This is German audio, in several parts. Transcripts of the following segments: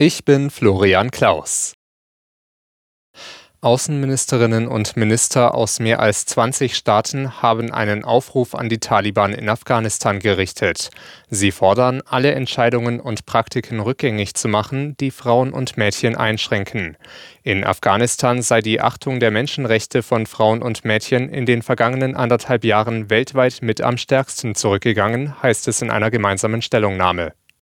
Ich bin Florian Klaus. Außenministerinnen und Minister aus mehr als 20 Staaten haben einen Aufruf an die Taliban in Afghanistan gerichtet. Sie fordern, alle Entscheidungen und Praktiken rückgängig zu machen, die Frauen und Mädchen einschränken. In Afghanistan sei die Achtung der Menschenrechte von Frauen und Mädchen in den vergangenen 1,5 Jahren weltweit mit am stärksten zurückgegangen, heißt es in einer gemeinsamen Stellungnahme.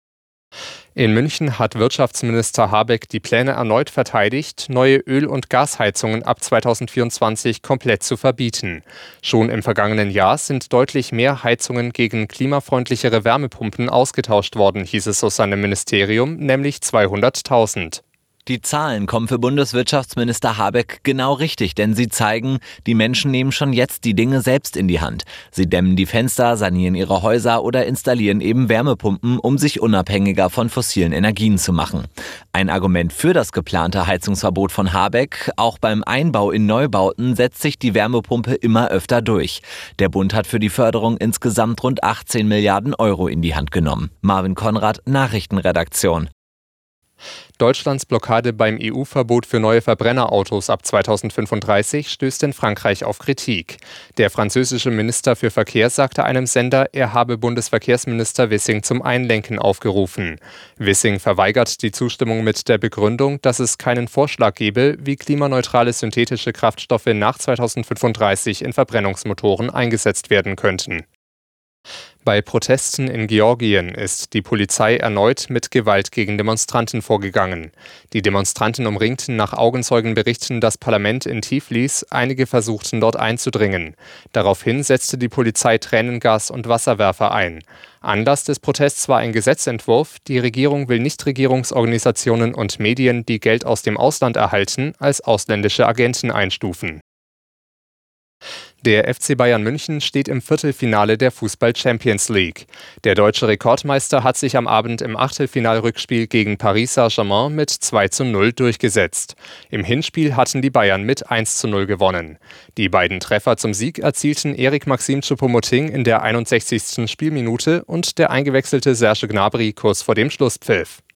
In München hat Wirtschaftsminister Habeck die Pläne erneut verteidigt, neue Öl- und Gasheizungen ab 2024 komplett zu verbieten. Schon im vergangenen Jahr sind deutlich mehr Heizungen gegen klimafreundlichere Wärmepumpen ausgetauscht worden, hieß es aus seinem Ministerium, nämlich 200.000. Die Zahlen kommen für Bundeswirtschaftsminister Habeck genau richtig, denn sie zeigen, die Menschen nehmen schon jetzt die Dinge selbst in die Hand. Sie dämmen die Fenster, sanieren ihre Häuser oder installieren eben Wärmepumpen, um sich unabhängiger von fossilen Energien zu machen. Ein Argument für das geplante Heizungsverbot von Habeck: Auch beim Einbau in Neubauten setzt sich die Wärmepumpe immer öfter durch. Der Bund hat für die Förderung insgesamt rund 18 Milliarden Euro in die Hand genommen. Marvin Konrad, Nachrichtenredaktion. Deutschlands Blockade beim EU-Verbot für neue Verbrennerautos ab 2035 stößt in Frankreich auf Kritik. Der französische Minister für Verkehr sagte einem Sender, er habe Bundesverkehrsminister Wissing zum Einlenken aufgerufen. Wissing verweigert die Zustimmung mit der Begründung, dass es keinen Vorschlag gebe, wie klimaneutrale synthetische Kraftstoffe nach 2035 in Verbrennungsmotoren eingesetzt werden könnten. Bei Protesten in Georgien ist die Polizei erneut mit Gewalt gegen Demonstranten vorgegangen. Die Demonstranten umringten nach Augenzeugenberichten das Parlament in Tiflis, einige versuchten dort einzudringen. Daraufhin setzte die Polizei Tränengas und Wasserwerfer ein. Anlass des Protests war ein Gesetzentwurf, die Regierung will Nichtregierungsorganisationen und Medien, die Geld aus dem Ausland erhalten, als ausländische Agenten einstufen. Der FC Bayern München steht im Viertelfinale der Fußball-Champions League. Der deutsche Rekordmeister hat sich am Abend im Achtelfinalrückspiel gegen Paris Saint-Germain mit 2:0 durchgesetzt. Im Hinspiel hatten die Bayern mit 1:0 gewonnen. Die beiden Treffer zum Sieg erzielten Erik Maxim Choupo-Moting in der 61. Spielminute und der eingewechselte Serge Gnabry kurz vor dem Schlusspfiff.